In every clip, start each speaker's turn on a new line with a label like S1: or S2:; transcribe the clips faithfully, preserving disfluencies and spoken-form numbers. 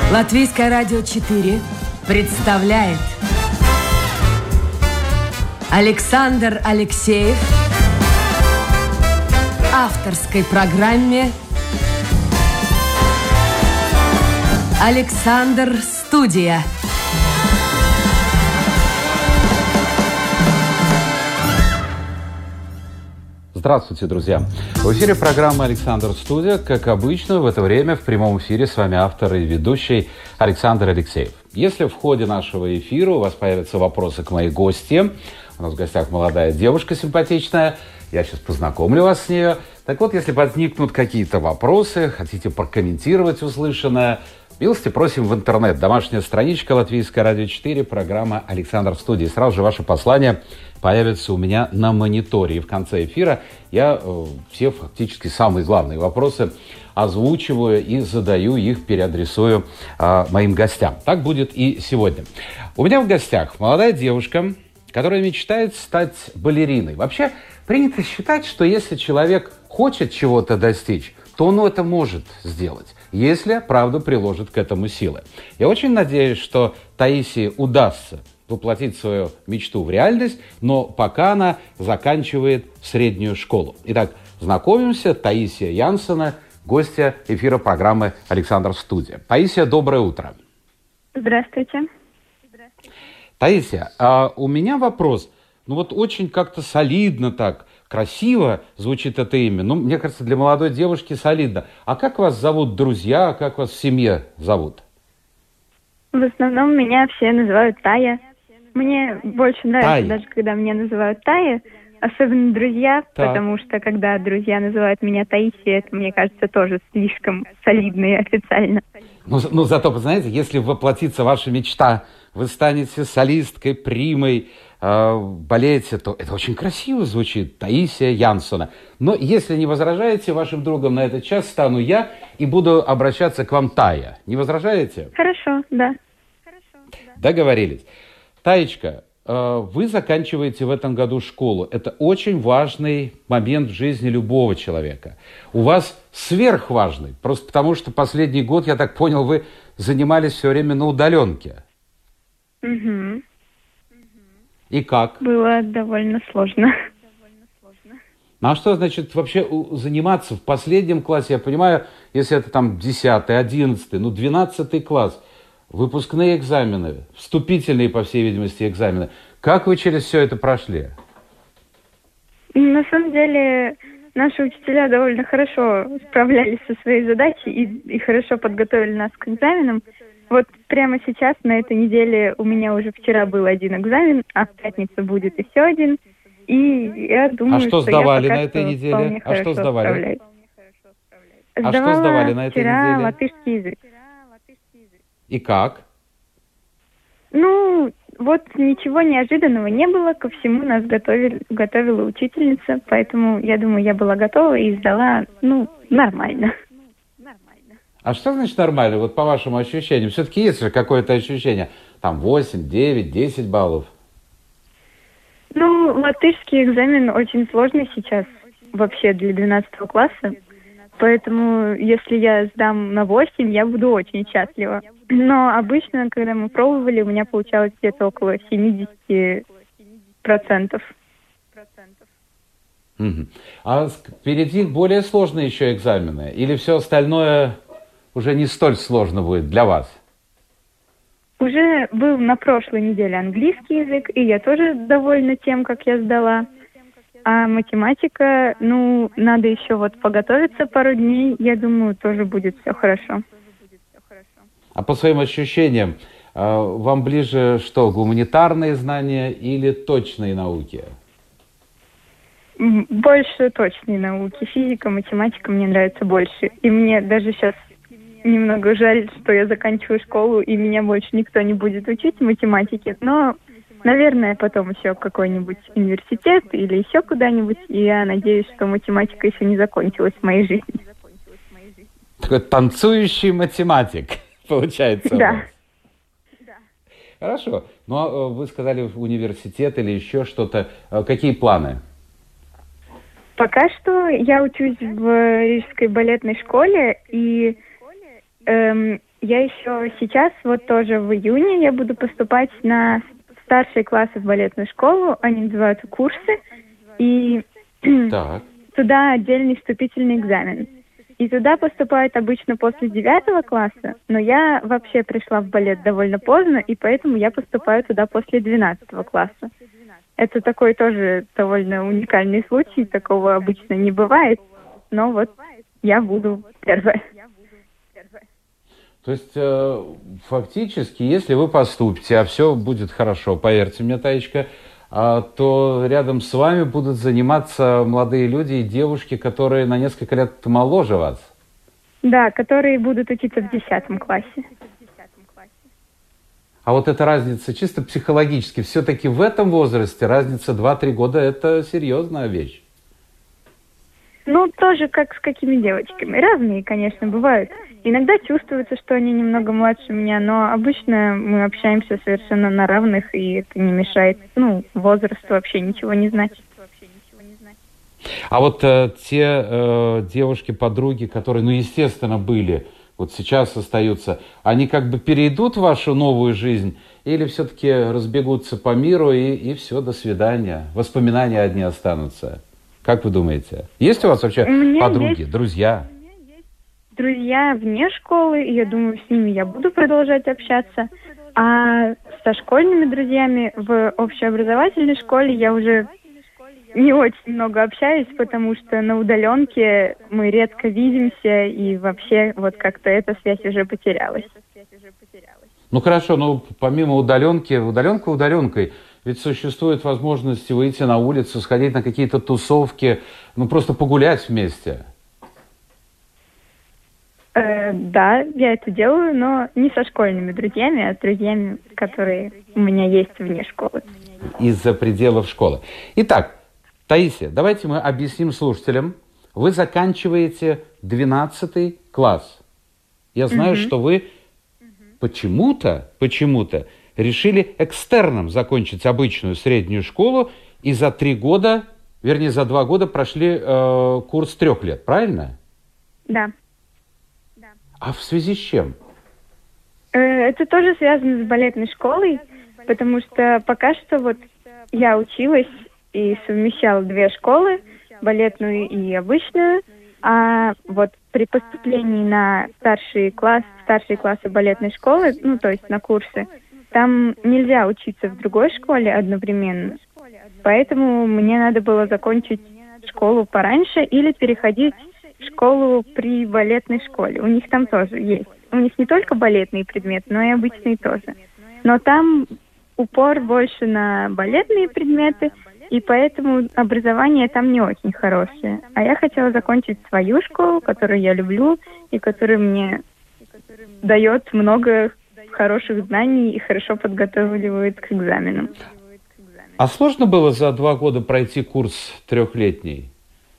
S1: Латвийское радио четыре представляет Александр Алексеев в авторской программе «Александр Студия».
S2: Здравствуйте, друзья! В эфире программа «Александр Студия». Как обычно, в это время в прямом эфире с вами автор и ведущий Александр Алексеев. Если в ходе нашего эфира у вас появятся вопросы к моей гости, у нас в гостях молодая девушка симпатичная, я сейчас познакомлю вас с ней. Так вот, если возникнут какие-то вопросы, хотите прокомментировать услышанное, милости просим в интернет. Домашняя страничка Латвийское радио четыре, программа «Александр в студии». Сразу же ваше послание появится у меня на мониторе. И в конце эфира я э, все фактически самые главные вопросы озвучиваю и задаю их, переадресую э, моим гостям. Так будет и сегодня. У меня в гостях молодая девушка, которая мечтает стать балериной. Вообще принято считать, что если человек хочет чего-то достичь, то он это может сделать, если, правда, приложит к этому силы. Я очень надеюсь, что Таисии удастся воплотить свою мечту в реальность, но пока она заканчивает среднюю школу. Итак, знакомимся. Таисия Янсена, гостья эфира программы «Александр Студия». Таисия, доброе утро.
S3: Здравствуйте.
S2: Таисия, а у меня вопрос. Ну вот очень как-то солидно так, красиво звучит это имя. Ну, мне кажется, для молодой девушки солидно. А как вас зовут друзья, как вас в семье зовут?
S3: В основном меня все называют Тая. Мне больше нравится
S2: Тая.
S3: даже, когда меня называют Тая, особенно друзья,
S2: Так.
S3: потому что когда друзья называют меня Таисией, это, мне кажется, тоже слишком солидно и официально.
S2: Ну, ну зато, вы знаете, если воплотится ваша мечта, вы станете солисткой, примой, э, в балете, то это очень красиво звучит. Таисия Янсена. Но если не возражаете, вашим другом на этот час стану я и буду обращаться к вам Тая. Не возражаете?
S3: Хорошо, да.
S2: Договорились. Таечка, э, вы заканчиваете в этом году школу. Это очень важный момент в жизни любого человека. У вас сверхважный, просто потому что последний год, я так понял, вы занимались все время на удаленке.
S3: Угу.
S2: И как?
S3: Было довольно сложно.
S2: Ну а что значит вообще у- заниматься в последнем классе? Я понимаю, если это там десятый, одиннадцатый, ну двенадцатый класс, выпускные экзамены, вступительные, по всей видимости, экзамены. Как вы через все это прошли?
S3: На самом деле, наши учителя довольно хорошо справлялись со своей задачей и, и хорошо подготовили нас к экзаменам. Вот прямо сейчас, на этой неделе, у меня уже вчера был один экзамен, а в пятницу будет еще один. И я думаю,
S2: А что
S3: что
S2: сдавали
S3: я пока
S2: на этой
S3: что
S2: неделе?
S3: вполне
S2: А
S3: хорошо
S2: что сдавали?
S3: справляюсь.
S2: А что
S3: Сдавала
S2: сдавали на этой
S3: вчера
S2: неделе?
S3: латышский язык.
S2: И как?
S3: Ну, вот ничего неожиданного не было, ко всему нас готовили, готовила учительница, поэтому я думаю, я была готова и сдала, ну, нормально.
S2: А что значит нормально, вот по вашим ощущениям? Все-таки есть же какое-то ощущение, там восемь, девять, десять баллов.
S3: Ну, латышский экзамен очень сложный сейчас вообще для двенадцатого класса, поэтому если я сдам на восемь, я буду очень счастлива. Но обычно, когда мы пробовали, у меня получалось где-то около семьдесят процентов.
S2: Мгм. А с- впереди более сложные еще экзамены? Или все остальное уже не столь сложно будет для вас?
S3: Уже был на прошлой неделе английский язык, и я тоже довольна тем, как я сдала. А математика, ну, надо еще вот поготовиться пару дней, я думаю, тоже будет все хорошо.
S2: А по своим ощущениям, э, вам ближе что, гуманитарные знания или точные науки?
S3: М, Больше точные науки. Физика, математика мне нравится больше. И мне даже сейчас немного жаль, что я заканчиваю школу, и меня больше никто не будет учить математике. Но, наверное, потом еще какой-нибудь университет или еще куда-нибудь. И я надеюсь, что математика еще не закончилась в моей жизни.
S2: Такой танцующий математик, получается. у
S3: Да.
S2: вас. Хорошо. Ну, а э, вы сказали в университет или еще что-то. Э, Какие планы?
S3: Пока что я учусь в Рижской балетной школе, и эм, я еще сейчас, вот тоже в июне, я буду поступать на старшие классы в балетную школу. Они называются курсы. И
S2: Так.
S3: туда отдельный вступительный экзамен. И туда поступают обычно после девятого класса, но я вообще пришла в балет довольно поздно, и поэтому я поступаю туда после двенадцатого класса. Это такой тоже довольно уникальный случай, такого обычно не бывает, но вот я буду первая.
S2: То есть, э, фактически, если вы поступите, а все будет хорошо, поверьте мне, Таечка, а, то рядом с вами будут заниматься молодые люди и девушки, которые на несколько лет моложе вас.
S3: Да, которые будут учиться в десятом классе.
S2: А вот эта разница чисто психологически, все-таки в этом возрасте разница два-три года – это серьезная вещь.
S3: Ну, тоже как с какими девочками. Разные, конечно, бывают. Иногда чувствуется, что они немного младше меня, но обычно мы общаемся совершенно на равных, и это не мешает. Ну, возраст вообще ничего не значит.
S2: А вот э, те э, девушки-подруги, которые, ну, естественно, были, вот сейчас остаются, они как бы перейдут в вашу новую жизнь или все-таки разбегутся по миру и, и все, до свидания? Воспоминания одни останутся. Как вы думаете? Есть у вас вообще подруги, есть... друзья?
S3: Друзья вне школы, и я думаю, с ними я буду продолжать общаться. А со школьными друзьями в общеобразовательной школе я уже не очень много общаюсь, потому что на удаленке мы редко видимся, и вообще вот как-то эта связь уже потерялась.
S2: Ну хорошо, но помимо удаленки, удаленка удаленкой, ведь существует возможность выйти на улицу, сходить на какие-то тусовки, ну просто погулять вместе.
S3: Э, да, я это делаю, но не со школьными друзьями, а с друзьями, которые у меня есть вне школы.
S2: Из-за пределов школы. Итак, Таисия, давайте мы объясним слушателям. Вы заканчиваете двенадцатый класс. Я знаю, mm-hmm. что вы почему-то, почему-то решили экстерном закончить обычную среднюю школу и за три года, вернее, за два года прошли э, курс трех лет, правильно?
S3: Да.
S2: А в связи с чем?
S3: Это тоже связано с балетной школой, потому что пока что вот я училась и совмещала две школы, балетную и обычную, а вот при поступлении на старший класс, старшие классы балетной школы, ну то есть на курсы, там нельзя учиться в другой школе одновременно, поэтому мне надо было закончить школу пораньше или переходить в школу при балетной школе. У них там тоже есть. У них не только балетные предметы, но и обычные тоже. Но там упор больше на балетные предметы, и поэтому образование там не очень хорошее. А я хотела закончить свою школу, которую я люблю, и которая мне дает много хороших знаний и хорошо подготавливает к экзаменам.
S2: А сложно было за два года пройти курс трехлетний?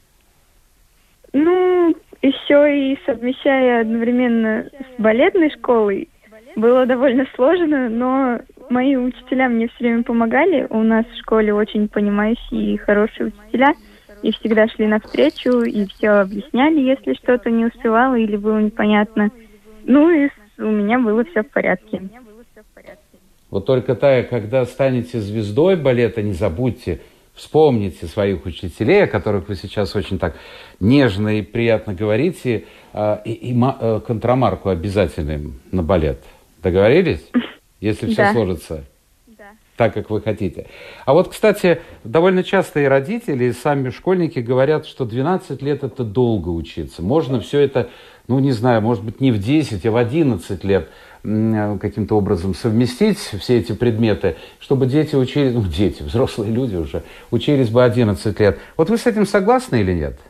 S3: Ну, еще и совмещая одновременно с балетной школой, было довольно сложно, но мои учителя мне все время помогали. У нас в школе очень понимающие и хорошие учителя, и всегда шли навстречу, и все объясняли, если что-то не успевала или было непонятно. Ну и у меня было все в порядке.
S2: Вот только, Тая, когда станете звездой балета, не забудьте, вспомните своих учителей, о которых вы сейчас очень так нежно и приятно говорите, и, и контрамарку обязательно им на балет. Договорились? Если все
S3: да.
S2: сложится да. так, как вы хотите. А вот, кстати, довольно часто и родители, и сами школьники говорят, что двенадцать лет – это долго учиться. Можно все это, ну, не знаю, может быть, не в десять, а в одиннадцать лет каким-то образом совместить все эти предметы, чтобы дети учились, ну, дети, взрослые люди уже, учились бы одиннадцать лет. Вот вы с этим согласны или нет?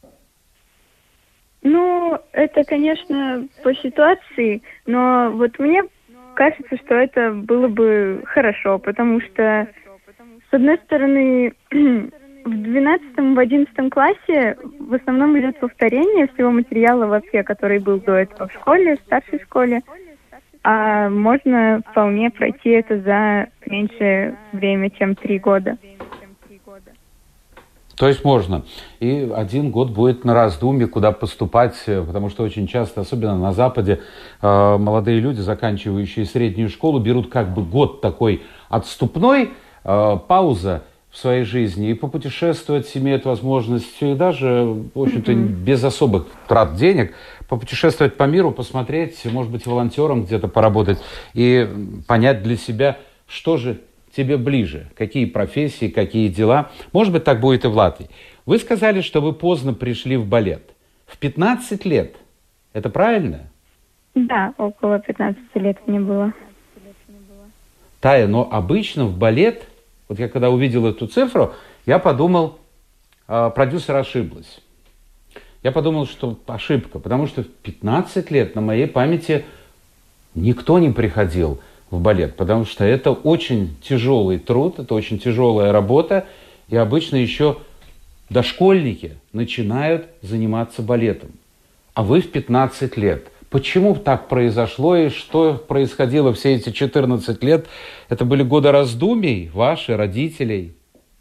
S3: Ну, это, конечно, по ситуации, но вот мне кажется, что это было бы хорошо, потому что, с одной стороны, в двенадцатом, в одиннадцатом классе в основном идет повторение всего материала вообще, который был до этого в школе, в старшей школе, а можно вполне пройти это за меньшее время, чем три года.
S2: То есть можно. И один год будет на раздумье, куда поступать, потому что очень часто, особенно на Западе, молодые люди, заканчивающие среднюю школу, берут как бы год такой отступной, пауза в своей жизни, и попутешествовать имеют возможность, и даже, в общем-то, mm-hmm. без особых трат денег, попутешествовать по миру, посмотреть, может быть, волонтером где-то поработать и понять для себя, что же тебе ближе, какие профессии, какие дела. Может быть, так будет и в Латвии. Вы сказали, что вы поздно пришли в балет. В пятнадцать лет. Это правильно?
S3: Да, около пятнадцати лет мне было.
S2: Тая, но обычно в балет, вот я когда увидел эту цифру, я подумал, э, продюсер ошиблась. Я подумал, что ошибка, потому что в пятнадцать лет на моей памяти никто не приходил в балет, потому что это очень тяжелый труд, это очень тяжелая работа, и обычно еще дошкольники начинают заниматься балетом. А вы в пятнадцать лет. Почему так произошло и что происходило все эти четырнадцать лет? Это были годы раздумий ваши, родителей?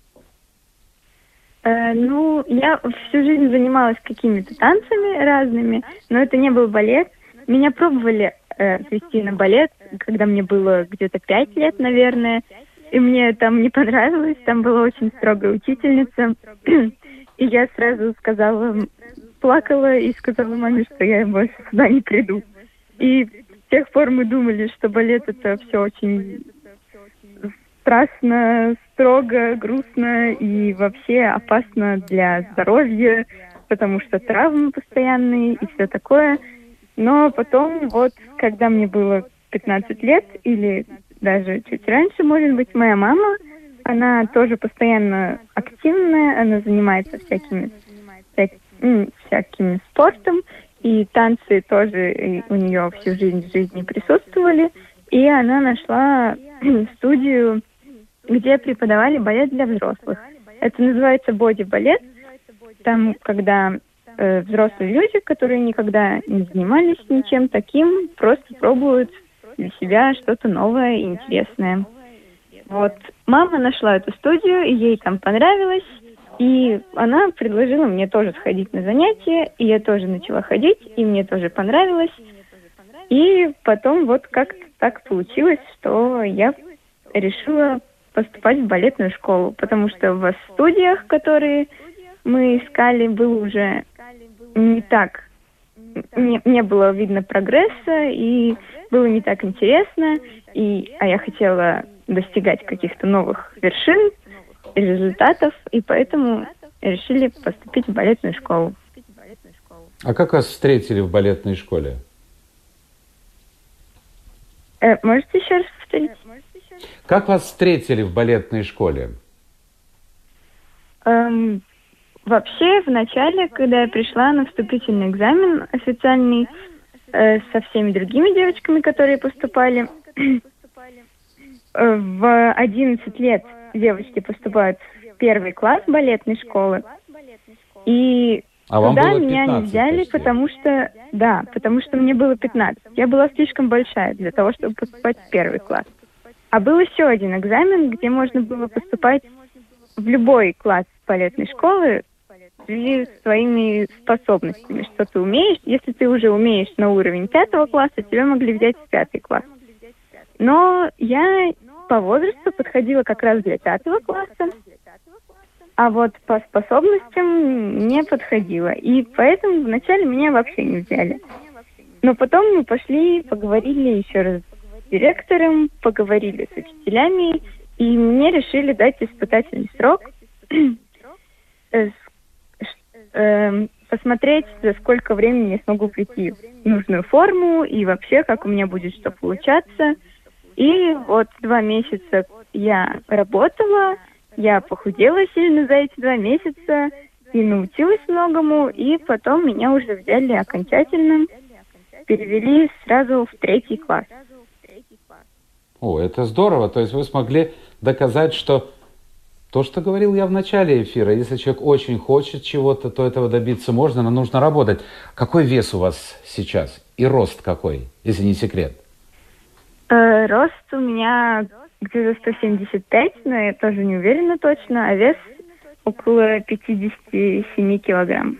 S3: Э, ну, я всю жизнь занималась какими-то танцами разными, но это не был балет. Меня пробовали э, вести на балет, когда мне было где-то пять лет, наверное, и мне там не понравилось, там была очень строгая учительница, и я сразу сказала, плакала и сказала маме, что я больше сюда не приду. И с тех пор мы думали, что балет это все очень страшно, строго, грустно и вообще опасно для здоровья, потому что травмы постоянные и все такое. Но потом, вот, когда мне было пятнадцать лет, или даже чуть раньше, может быть, моя мама, она тоже постоянно активная, она занимается всякими, всякими, всякими спортом, и танцы тоже у нее всю жизнь в жизни присутствовали, и она нашла студию, где преподавали балет для взрослых. Это называется боди-балет, там, когда э, взрослые люди, которые никогда не занимались ничем таким, просто пробуют для себя что-то новое и интересное. Вот. Мама нашла эту студию, и ей там понравилось, и она предложила мне тоже сходить на занятия, и я тоже начала ходить, и мне тоже понравилось. И потом вот как-то так получилось, что я решила поступать в балетную школу, потому что в студиях, которые мы искали, было уже не так, не, не было видно прогресса, и было не так интересно, и, а я хотела достигать каких-то новых вершин, результатов, и поэтому решили поступить в балетную школу.
S2: А как вас встретили в балетной школе?
S3: Э, можете еще раз повторить?
S2: Как вас встретили в балетной школе?
S3: Эм, вообще, в начале, когда я пришла на вступительный экзамен официальный э, со всеми другими девочками, которые поступали, э, в одиннадцать лет девочки поступают в первый класс балетной школы, и
S2: а вам
S3: туда
S2: было
S3: меня не взяли,
S2: почти?
S3: потому что, да, потому что мне было пятнадцать. Я была слишком большая для того, чтобы поступать в первый класс. А был еще один экзамен, где можно было поступать в любой класс балетной школы в связи с своими способностями, что ты умеешь. Если ты уже умеешь на уровень пятого класса, тебя могли взять в пятый класс. Но я по возрасту подходила как раз для пятого класса, а вот по способностям не подходила. И поэтому вначале меня вообще не взяли. Но потом мы пошли, поговорили еще раз с директором, поговорили с учителями, и мне решили дать испытательный срок, посмотреть, за сколько времени я смогу прийти в нужную форму, и вообще, как у меня будет что получаться. И вот два месяца я работала, я похудела сильно за эти два месяца и научилась многому, и потом меня уже взяли окончательно, перевели сразу в третий класс.
S2: О, это здорово. То есть вы смогли доказать, что то, что говорил я в начале эфира, если человек очень хочет чего-то, то этого добиться можно, но нужно работать. Какой вес у вас сейчас? И рост какой, если не секрет?
S3: Э, рост у меня где-то сто семьдесят пять, но я тоже не уверена точно, а вес около пятьдесят семь килограмм.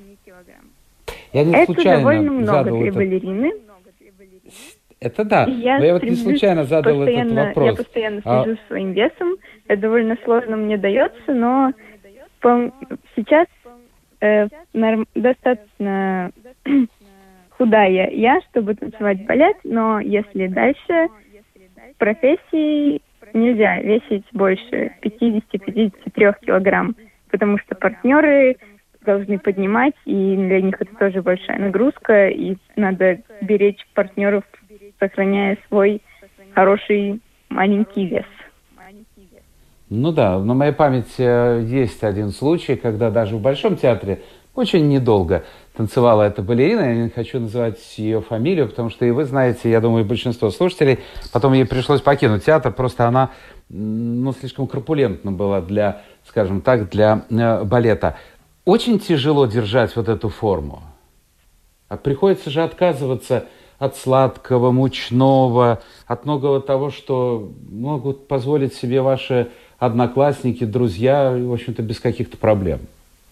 S2: Я не
S3: Это
S2: случайно
S3: довольно много
S2: задал
S3: для
S2: этот...
S3: балерины.
S2: Это да,
S3: я
S2: но я вот не случайно задал этот вопрос.
S3: Я постоянно слежу а... своим весом. Это довольно сложно мне дается, но по... сейчас э, норм... достаточно худая я, чтобы танцевать балет, но если дальше в профессии нельзя весить больше пятьдесят-пятьдесят три килограмм, потому что партнеры должны поднимать, и для них это тоже большая нагрузка, и надо беречь партнеров, сохраняя свой хороший маленький вес.
S2: Ну да, на моей памяти есть один случай, когда даже в Большом театре очень недолго танцевала эта балерина. Я не хочу называть ее фамилию, потому что и вы знаете, я думаю, и большинство слушателей, потом ей пришлось покинуть театр, просто она ну, слишком корпулентна была для, скажем так, для э, балета. Очень тяжело держать вот эту форму. А приходится же отказываться от сладкого, мучного, от многого того, что могут позволить себе ваши одноклассники, друзья, в общем-то, без каких-то проблем.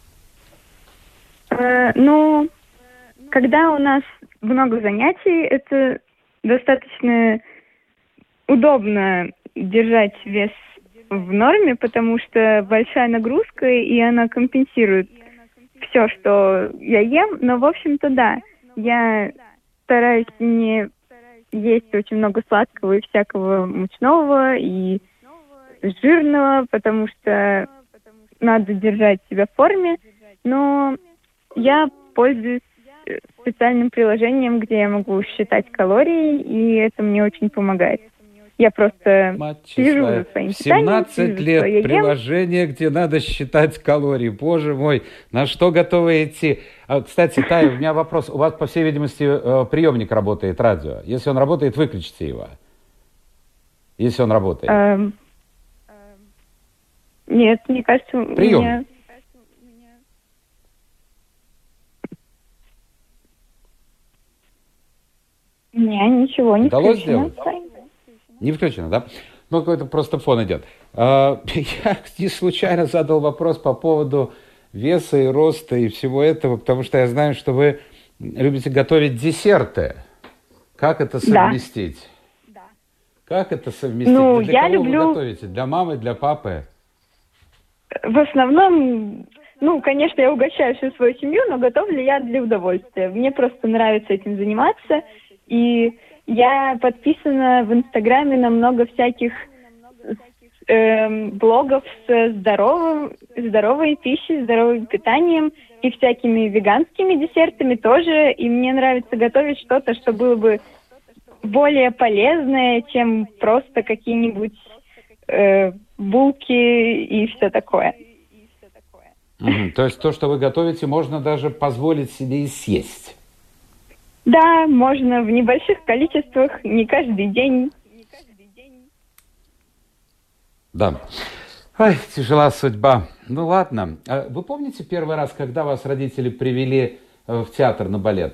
S3: Э, ну, когда у нас много занятий, это достаточно удобно держать вес в норме, потому что большая нагрузка, и она компенсирует все, что я ем. Но, в общем-то, да, я стараюсь не есть очень много сладкого и всякого мучного и жирного, потому что надо держать себя в форме. Но я пользуюсь специальным приложением, где я могу считать калории, и это мне очень помогает. Я просто слежу за своим питанием.
S2: семнадцать лет приложение, где надо считать калории. Боже мой, на что готовы идти? А, кстати, Тая, у меня вопрос. У вас, по всей видимости, приемник работает, радио. Если он работает, выключите его. Если он работает.
S3: Эм, нет, мне кажется, у
S2: приемник.
S3: меня... Не, ничего не
S2: удалось
S3: включено.
S2: Сделать? Не включено, да? Ну, какой-то просто фон идет. Я не случайно задал вопрос по поводу веса и роста и всего этого, потому что я знаю, что вы любите готовить десерты. Как это совместить? Да. Как это совместить?
S3: Ну,
S2: для
S3: я
S2: кого
S3: люблю...
S2: вы готовите? Для мамы, для папы?
S3: В основном, ну, конечно, я угощаю всю свою семью, но готовлю я для удовольствия. Мне просто нравится этим заниматься, и я подписана в Инстаграме на много всяких э, блогов с здоровым, здоровой пищей, здоровым питанием и всякими веганскими десертами тоже. И мне нравится готовить что-то, что было бы более полезное, чем просто какие-нибудь э, булки и все такое.
S2: Mm-hmm. То есть то, что вы готовите, можно даже позволить себе и съесть?
S3: Да, можно в небольших количествах, не каждый день.
S2: Да. Ой, тяжела судьба. Ну ладно. А вы помните первый раз, когда вас родители привели в театр на балет?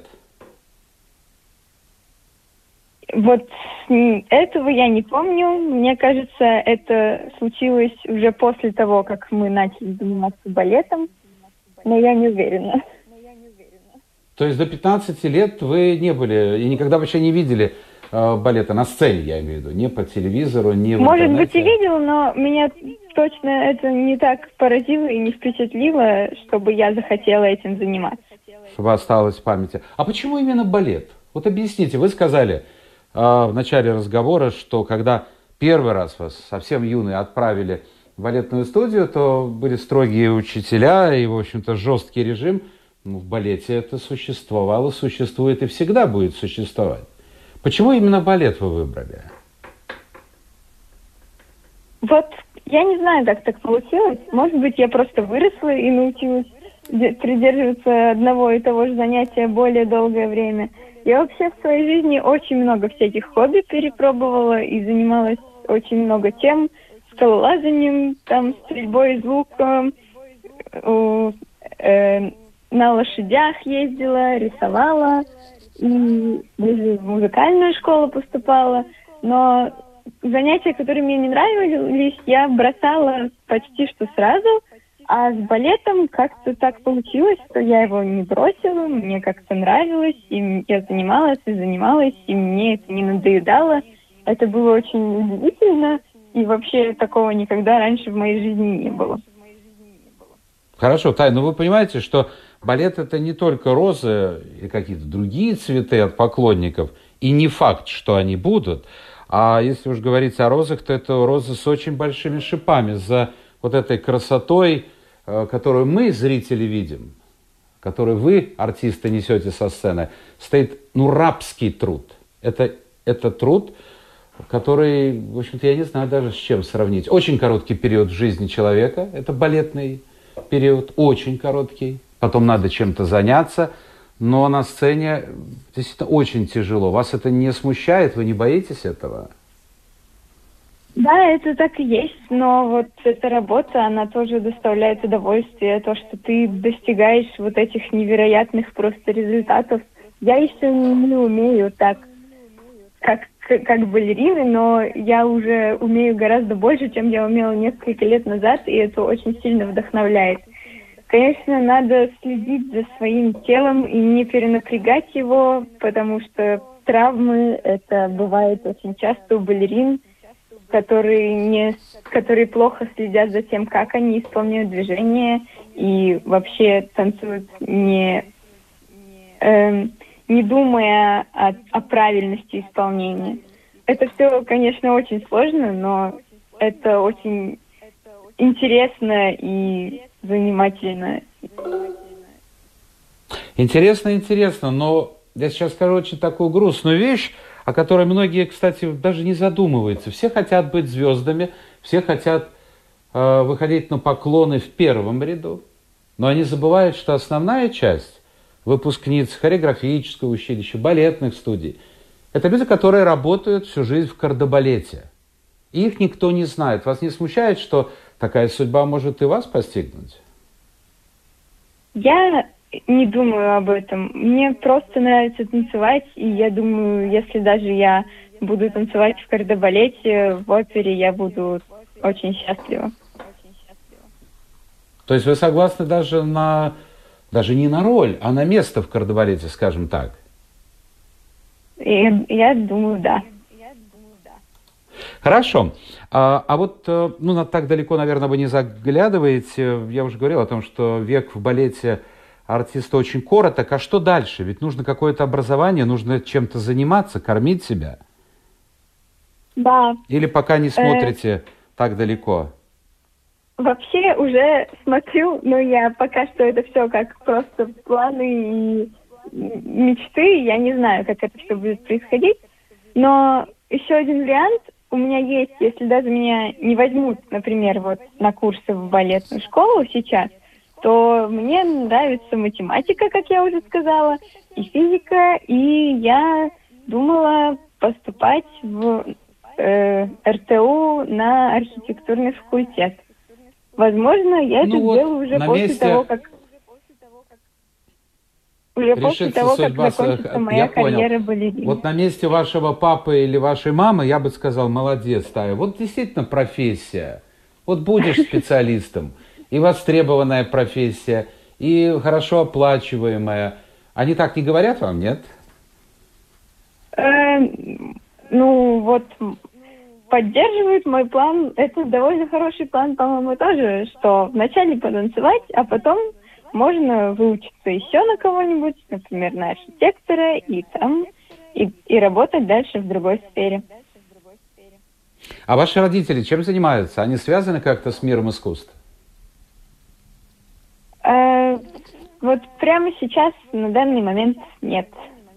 S3: Вот этого я не помню. Мне кажется, это случилось уже после того, как мы начали заниматься балетом. Но я не уверена.
S2: То есть до пятнадцати лет вы не были и никогда вообще не видели э, балета на сцене, я имею в виду, не по телевизору, не в
S3: Может
S2: интернете?
S3: быть, и видела, но меня точно это не так поразило и не впечатлило, чтобы я захотела этим заниматься.
S2: Чтобы осталось в памяти. А почему именно балет? Вот объясните, вы сказали э, в начале разговора, что когда первый раз вас совсем юные отправили в балетную студию, то были строгие учителя и, в общем-то, жесткий режим. Ну, в балете это существовало, существует и всегда будет существовать. Почему именно балет вы выбрали?
S3: Вот, я не знаю, как так получилось. Может быть, я просто выросла и научилась придерживаться одного и того же занятия более долгое время. Я вообще в своей жизни очень много всяких хобби перепробовала и занималась очень много тем. Скалолазанием, там, стрельбой из лука, э, на лошадях ездила, рисовала, и даже в музыкальную школу поступала. Но занятия, которые мне не нравились, я бросала почти что сразу. А с балетом как-то так получилось, что я его не бросила, мне как-то нравилось, и я занималась и занималась, и мне это не надоедало. Это было очень удивительно, и вообще такого никогда раньше в моей жизни не было.
S2: Хорошо, Тань, ну вы понимаете, что балет это не только розы и какие-то другие цветы от поклонников, и не факт, что они будут, а если уж говорить о розах, то это розы с очень большими шипами, за вот этой красотой, которую мы, зрители, видим, которую вы, артисты, несете со сцены, стоит, ну, рабский труд. Это, это труд, который, в общем-то, я не знаю даже с чем сравнить. Очень короткий период в жизни человека, это балетный период, очень короткий. Потом надо чем-то заняться, но на сцене действительно очень тяжело. Вас это не смущает? Вы не боитесь этого?
S3: Да, это так и есть, но вот эта работа, она тоже доставляет удовольствие, то, что ты достигаешь вот этих невероятных просто результатов. Я еще не умею так, как, как балерины, но я уже умею гораздо больше, чем я умела несколько лет назад, и это очень сильно вдохновляет. Конечно, надо следить за своим телом и не перенапрягать его, потому что травмы, это бывает очень часто у балерин, которые, не, которые плохо следят за тем, как они исполняют движения и вообще танцуют, не, э, не думая о, о правильности исполнения. Это все, конечно, очень сложно, но это очень интересно и занимательно.
S2: Интересно, интересно, но я сейчас скажу очень такую грустную вещь, о которой многие, кстати, даже не задумываются. Все хотят быть звездами, все хотят э, выходить на поклоны в первом ряду, но они забывают, что основная часть выпускниц хореографического училища, балетных студий, это люди, которые работают всю жизнь в кардебалете. И их никто не знает. Вас не смущает, что такая судьба может и вас постигнуть?
S3: Я не думаю об этом. Мне просто нравится танцевать, и я думаю, если даже я буду танцевать в кардебалете, в опере, я буду очень счастлива.
S2: То есть вы согласны даже на, даже не на роль, а на место в кардебалете, скажем так?
S3: И я думаю, да.
S2: Хорошо. А, а вот, ну, на так далеко, наверное, вы не заглядываете. Я уже говорил о том, что век в балете артиста очень короток. А что дальше? Ведь нужно какое-то образование, нужно чем-то заниматься, кормить себя.
S3: Да.
S2: Или пока не смотрите э... так далеко?
S3: Вообще уже смотрю, но я пока что это все как просто планы и мечты. Я не знаю, как это все будет происходить. Но еще один вариант у меня есть, если даже меня не возьмут, например, вот на курсы в балетную школу сейчас, то мне нравится математика, как я уже сказала, и физика, и я думала поступать в э, эр тэ у на архитектурный факультет. Возможно, я ну это вот сделаю уже после месте... того, как уже после того, как закончится моя карьера балерины.
S2: Вот на месте вашего папы или вашей мамы я бы сказал, молодец, Тая. Вот действительно профессия. Вот будешь специалистом. И востребованная профессия, и хорошо оплачиваемая. Они так не говорят вам, нет?
S3: Э, ну, вот поддерживают мой план. Это довольно хороший план, по-моему, тоже, что вначале потанцевать, а потом можно выучиться еще на кого-нибудь, например, на архитектора, и там, и, и работать дальше в другой сфере.
S2: А ваши родители чем занимаются? Они связаны как-то с миром искусств?
S3: Э, вот прямо сейчас, на данный момент, нет.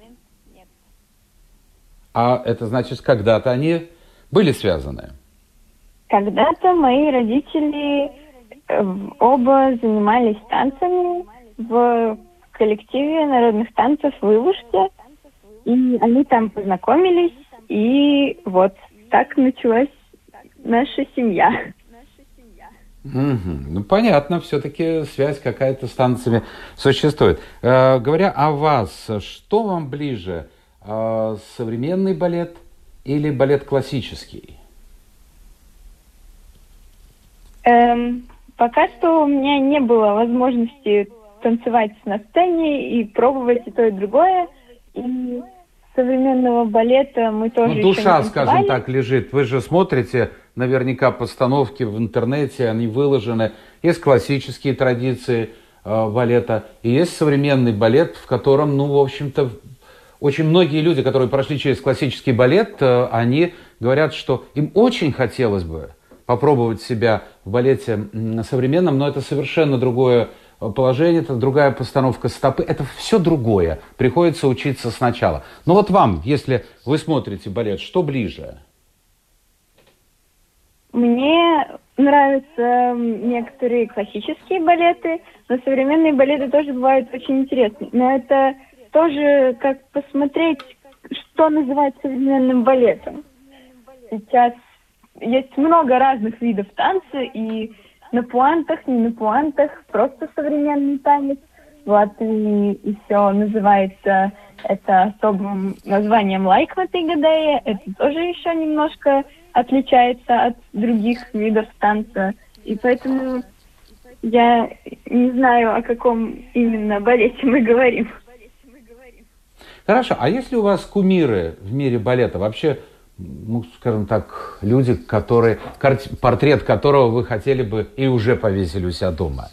S2: А это значит, когда-то они были связаны?
S3: Когда-то мои родители оба занимались танцами в коллективе народных танцев в Илушке, и они там познакомились, и вот так началась наша семья.
S2: Угу. Ну, понятно, все-таки связь какая-то с танцами существует. Э, говоря о вас, что вам ближе, э, современный балет или балет классический?
S3: Эм, Пока что у меня не было возможности танцевать на сцене и пробовать и то, и другое. И современного балета мы тоже
S2: ну,
S3: еще
S2: душа,
S3: не
S2: скажем так, лежит. Вы же смотрите наверняка постановки в интернете, они выложены. Есть классические традиции э, балета, и есть современный балет, в котором, ну, в общем-то, очень многие люди, которые прошли через классический балет, э, они говорят, что им очень хотелось бы попробовать себя в балете современном, но это совершенно другое положение, это другая постановка стопы, это все другое. Приходится учиться сначала. Но вот вам, если вы смотрите балет, что ближе?
S3: Мне нравятся некоторые классические балеты, но современные балеты тоже бывают очень интересны. Но это тоже как посмотреть, что называть современным балетом. Сейчас есть много разных видов танца, и на пуантах, не на пуантах, просто современный танец. В Латвии еще называется это особым названием лайкватый гадея. Это тоже еще немножко отличается от других видов танца. И поэтому я не знаю, о каком именно балете мы говорим.
S2: Хорошо, а если у вас кумиры в мире балета, вообще, ну, скажем так, люди, которые, портрет которого вы хотели бы и уже повесили у себя дома?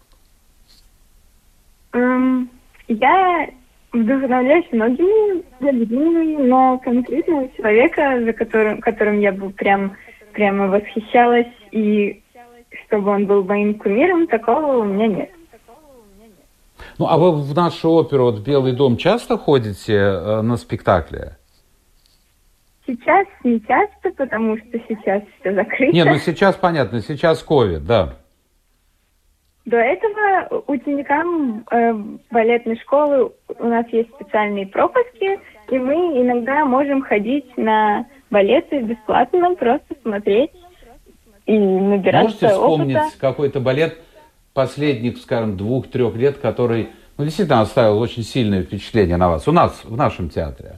S3: Um, я вдохновляюсь многими балеринами, но конкретного человека, за которым, которым я бы прям, прямо восхищалась, и чтобы он был моим кумиром, такого у меня нет.
S2: Ну, а вы в нашу оперу, вот, «Белый дом», часто ходите э, на спектакли?
S3: Сейчас не часто, потому что сейчас все закрыто.
S2: Не, ну сейчас понятно, сейчас ковид, да.
S3: До этого ученикам э, балетной школы у нас есть специальные пропуски, и мы иногда можем ходить на балеты бесплатно, просто смотреть и набираться
S2: Можете вспомнить
S3: опыта.
S2: какой-то балет последних, скажем, двух-трех лет, который, ну, действительно оставил очень сильное впечатление на вас, у нас, в нашем театре?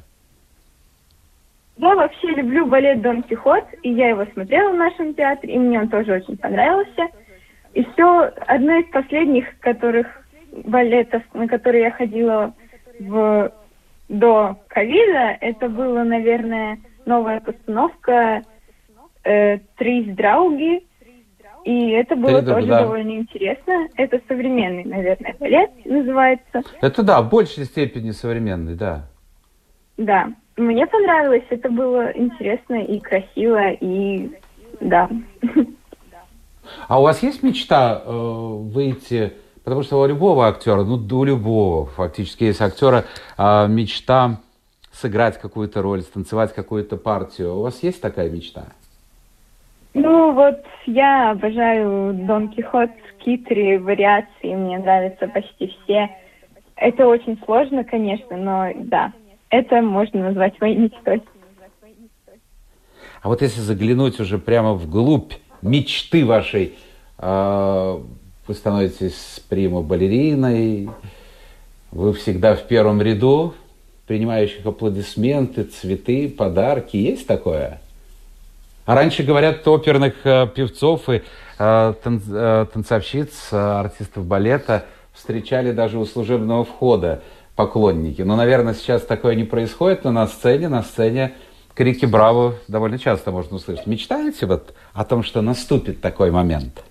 S3: Я вообще люблю балет «Дон Кихот», и я его смотрела в нашем театре, и мне он тоже очень понравился. И все, одно из последних которых балетов, на которые я ходила в, до ковида, это была, наверное, новая постановка э, «Трис драуги», и это было
S2: Три,
S3: тоже
S2: да.
S3: довольно интересно. Это современный, наверное, балет называется.
S2: Это да, в большей степени современный, да.
S3: Да, мне понравилось, это было интересно и красиво, и да.
S2: А у вас есть мечта э, выйти, потому что у любого актера, ну, у любого фактически есть актера, э, мечта сыграть какую-то роль, станцевать какую-то партию. У вас есть такая мечта?
S3: Ну, вот я обожаю Дон Кихот, Китри, вариации, мне нравятся почти все. Это очень сложно, конечно, но да, это можно назвать моей мечтой.
S2: А вот если заглянуть уже прямо вглубь мечты вашей, э, вы становитесь прима-балериной, вы всегда в первом ряду, принимающих аплодисменты, цветы, подарки. Есть такое? А раньше, говорят, оперных э, певцов и э, тан- э, танцовщиц, э, артистов балета встречали даже у служебного входа поклонники. Но, наверное, сейчас такое не происходит, но на сцене, на сцене крики «Браво» довольно часто можно услышать. Мечтаете вот о том, что наступит такой момент?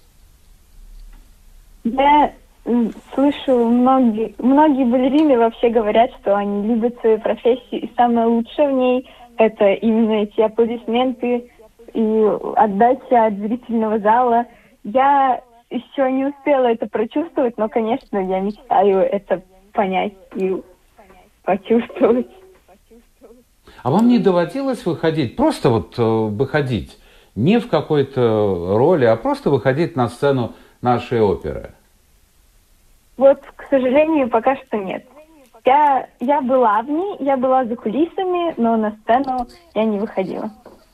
S3: Я слышу, многие, многие балерины вообще говорят, что они любят свою профессию, и самое лучшее в ней – это именно эти аплодисменты и отдача от зрительного зала. Я еще не успела это прочувствовать, но, конечно, я мечтаю это понять и почувствовать.
S2: А вам не доводилось выходить, просто вот э, выходить, не в какой-то роли, а просто выходить на сцену нашей оперы?
S3: Вот, к сожалению, пока что нет. Я, я была в ней, я была за кулисами, но на сцену я не выходила.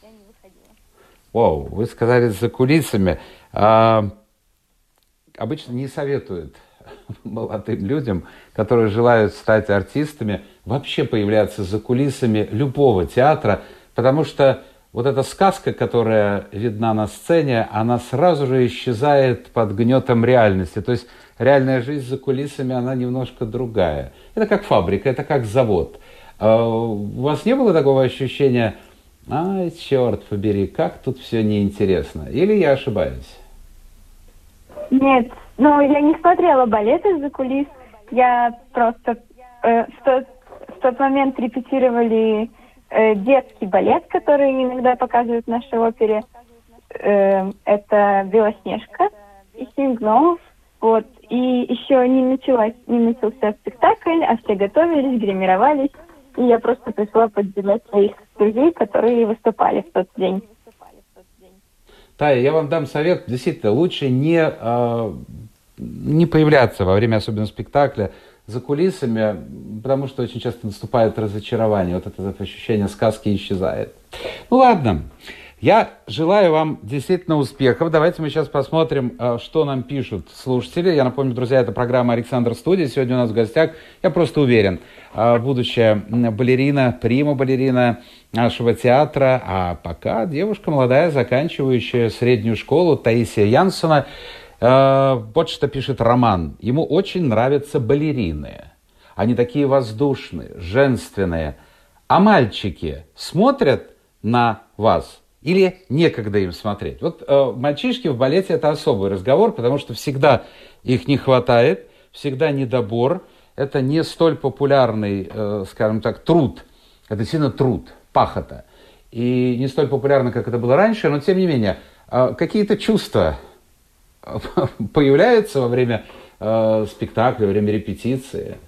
S2: Вау, вы сказали «за кулисами». А, обычно не советуют молодым людям, которые желают стать артистами, вообще появляться за кулисами любого театра, потому что вот эта сказка, которая видна на сцене, она сразу же исчезает под гнетом реальности. То есть реальная жизнь за кулисами, она немножко другая. Это как фабрика, это как завод. У вас не было такого ощущения, ай, черт побери, как тут все неинтересно? Или я ошибаюсь?
S3: Нет, ну я не смотрела балет из-за кулис. Я просто э, в, тот, в тот момент репетировали э, детский балет, который иногда показывают в нашей опере. Э, это «Белоснежка» и «Семь гномов». Вот. И еще не, началась, не начался спектакль, а все готовились, гримировались. И я просто пришла поддержать своих друзей, которые выступали в тот день.
S2: Тая, я вам дам совет. Действительно, лучше не, э, не появляться во время особенно спектакля за кулисами, потому что очень часто наступает разочарование. Вот это ощущение сказки исчезает. Ну ладно. Я желаю вам действительно успехов. Давайте мы сейчас посмотрим, что нам пишут слушатели. Я напомню, друзья, это программа «Александр Студия». Сегодня у нас в гостях, я просто уверен, будущая балерина, прима-балерина нашего театра, а пока девушка молодая, заканчивающая среднюю школу, Таисия Янсона. Вот что пишет Роман. Ему очень нравятся балерины. Они такие воздушные, женственные. А мальчики смотрят на вас? Или некогда им смотреть? Вот э, мальчишки в балете – это особый разговор, потому что всегда их не хватает, всегда недобор. Это не столь популярный, э, скажем так, труд. Это действительно труд, пахота. И не столь популярно, как это было раньше, но тем не менее, э, какие-то чувства появляются во время э, спектакля, во время репетиции?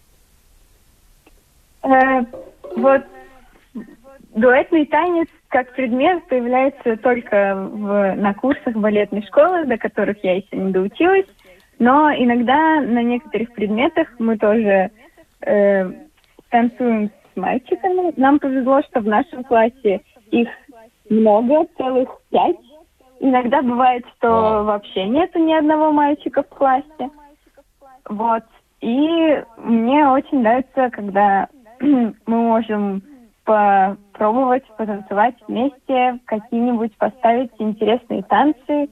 S3: Э, вот дуэтный танец как предмет появляется только в, на курсах балетной школы, до которых я еще не доучилась. Но иногда на некоторых предметах мы тоже э, танцуем с мальчиками. Нам повезло, что в нашем классе их много, целых пять. Иногда бывает, что wow. вообще нету ни одного мальчика в классе. Вот. И мне очень нравится, когда мы можем попробовать потанцевать вместе, какие-нибудь поставить интересные танцы.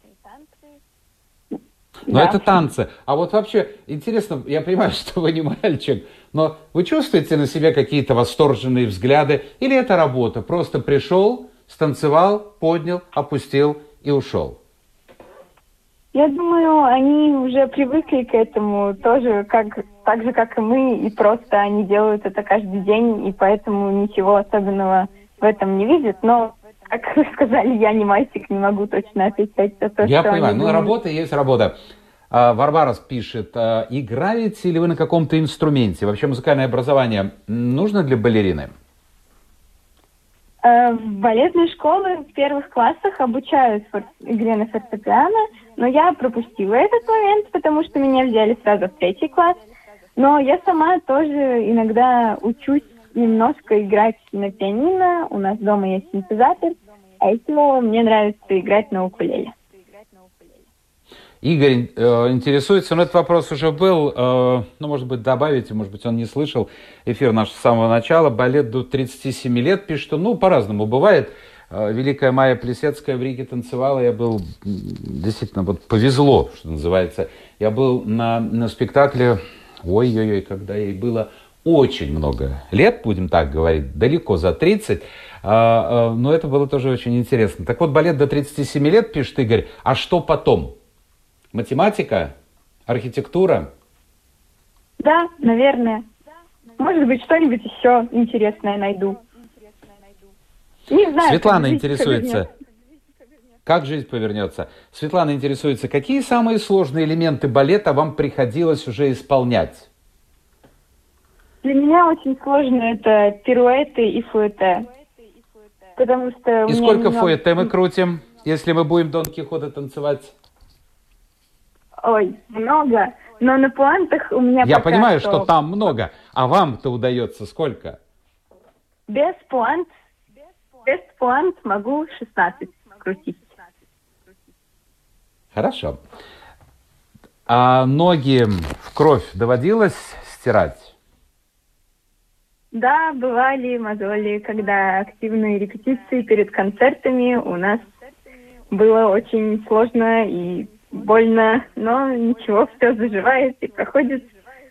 S2: Но
S3: да.
S2: это танцы. А вот вообще, интересно, я понимаю, что вы не мальчик, но вы чувствуете на себе какие-то восторженные взгляды? Или это работа? Просто пришел, станцевал, поднял, опустил и ушел?
S3: Я думаю, они уже привыкли к этому тоже, как, так же, как и мы, и просто они делают это каждый день, и поэтому ничего особенного в этом не видят. Но, как вы сказали, я не мальчик, не могу точно отвечать за то,
S2: я
S3: что
S2: понимаю,
S3: они
S2: ну
S3: думают.
S2: Работа есть работа. А, Варвара пишет, а, играете ли вы на каком-то инструменте? Вообще музыкальное образование нужно для балерины?
S3: В балетной школе в первых классах обучают фор- игре на фортепиано, но я пропустила этот момент, потому что меня взяли сразу в третий класс. Но я сама тоже иногда учусь немножко играть на пианино, у нас дома есть синтезатор, а еще мне нравится играть на укулеле.
S2: Игорь э, интересуется, но этот вопрос уже был, э, ну, может быть, добавите, может быть, он не слышал эфир наш с самого начала. Балет до тридцати семи лет, пишет, ну, по-разному бывает. Э, Великая Майя Плисецкая в Риге танцевала, я был, действительно, вот повезло, что называется. Я был на, на спектакле, ой-ой-ой, когда ей было очень много лет, будем так говорить, далеко за тридцать, э, э, но это было тоже очень интересно. Так вот, балет до тридцати семи лет, пишет Игорь, а что потом? Математика? Архитектура?
S3: Да, наверное. Может быть, что-нибудь еще интересное найду. Не знаю.
S2: Светлана
S3: как
S2: интересуется. Как жизнь повернется? Светлана интересуется, какие самые сложные элементы балета вам приходилось уже исполнять?
S3: Для меня очень сложно это пируэты и фуэте. Потому что
S2: и сколько немного... фуэте мы крутим, если мы будем Дон Кихота танцевать?
S3: Ой, много. Но на пуантах у меня
S2: Я
S3: пока
S2: понимаю,
S3: что...
S2: что там много. А вам-то удается сколько?
S3: Без пуант, без пуант могу шестнадцать крутить.
S2: Хорошо. А ноги в кровь доводилось стирать?
S3: Да, бывали мозоли, когда активные репетиции перед концертами у нас было очень сложно и больно, но ничего, все заживает и проходит.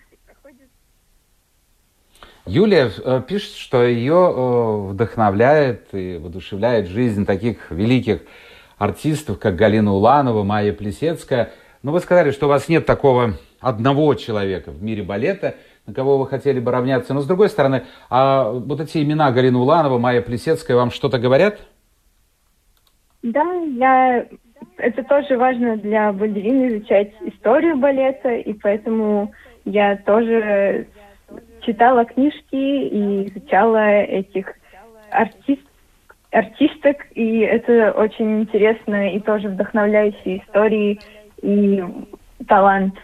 S2: Юлия э, пишет, что ее э, вдохновляет и воодушевляет жизнь таких великих артистов, как Галина Уланова, Майя Плисецкая. Но вы сказали, что у вас нет такого одного человека в мире балета, на кого вы хотели бы равняться. Но с другой стороны, а вот эти имена Галина Уланова, Майя Плисецкая вам что-то говорят?
S3: Да, я... это тоже важно для балерин изучать историю балета, и поэтому я тоже читала книжки и изучала этих артист, артисток, и это очень интересно и тоже вдохновляющие истории и талант.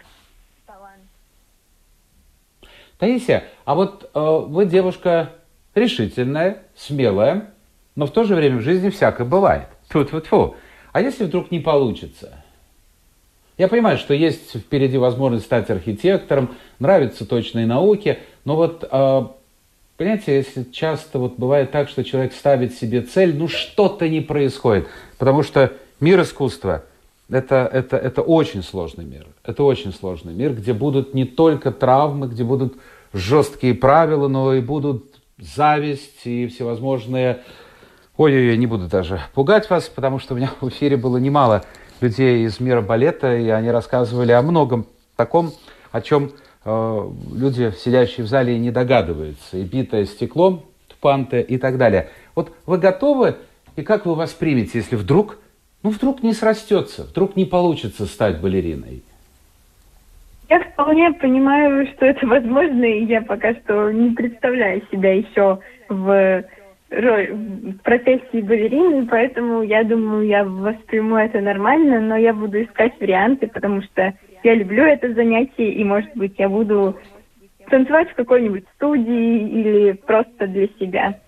S2: Таисия, а вот э, вы девушка решительная, смелая, но в то же время в жизни всякое бывает. Тьфу-тьфу-тьфу. А если вдруг не получится? Я понимаю, что есть впереди возможность стать архитектором, нравятся точные науки, но вот, э, понимаете, если часто вот бывает так, что человек ставит себе цель, ну что-то не происходит, потому что мир искусства это, это, это очень сложный мир, это очень сложный мир, где будут не только травмы, где будут жесткие правила, но и будут зависть и всевозможные... Ой-ой-ой, не буду даже пугать вас, потому что у меня в эфире было немало людей из мира балета, и они рассказывали о многом таком, о чем э, люди, сидящие в зале, и не догадываются. И битое стеклом, панты и так далее. Вот вы готовы, и как вы воспримете, если вдруг, ну вдруг не срастется, вдруг не получится стать балериной?
S3: Я вполне понимаю, что это возможно, и я пока что не представляю себя еще в... в профессии балерины, поэтому я думаю, я восприму это нормально, но я буду искать варианты, потому что я люблю это занятие, и, может быть, я буду танцевать в какой-нибудь студии или просто для себя.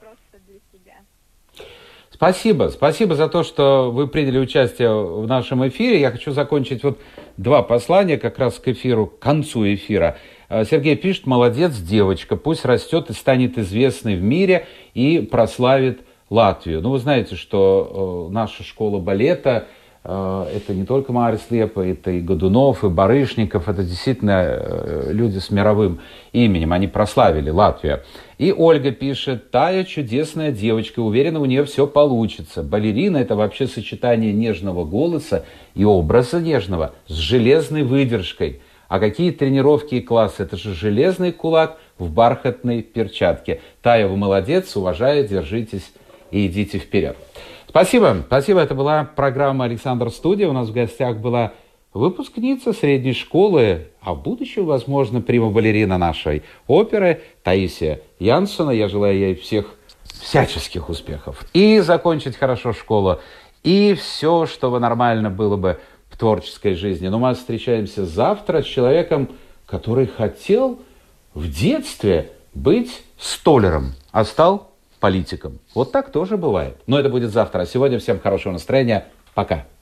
S2: Спасибо. Спасибо за то, что вы приняли участие в нашем эфире. Я хочу закончить вот два послания как раз к эфиру, к концу эфира. Сергей пишет: молодец, девочка, пусть растет и станет известной в мире и прославит Латвию. Ну, вы знаете, что э, наша школа балета э, это не только Марис Лепа, это и Годунов, и Барышников, это действительно э, люди с мировым именем, они прославили Латвию. И Ольга пишет: Тая чудесная девочка, уверена, у нее все получится. Балерина — это вообще сочетание нежного голоса и образа нежного с железной выдержкой. А какие тренировки и классы? Это же железный кулак в бархатной перчатке. Тая, вы молодец, уважаю, держитесь и идите вперед. Спасибо, спасибо. Это была программа «Александр Студия». У нас в гостях была выпускница средней школы, а в будущем, возможно, прима-балерина нашей оперы Таисия Янсона. Я желаю ей всех всяческих успехов. И закончить хорошо школу, и все, чтобы нормально было бы в творческой жизни. Но мы встречаемся завтра с человеком, который хотел в детстве быть столяром, а стал политиком. Вот так тоже бывает. Но это будет завтра. А сегодня всем хорошего настроения. Пока.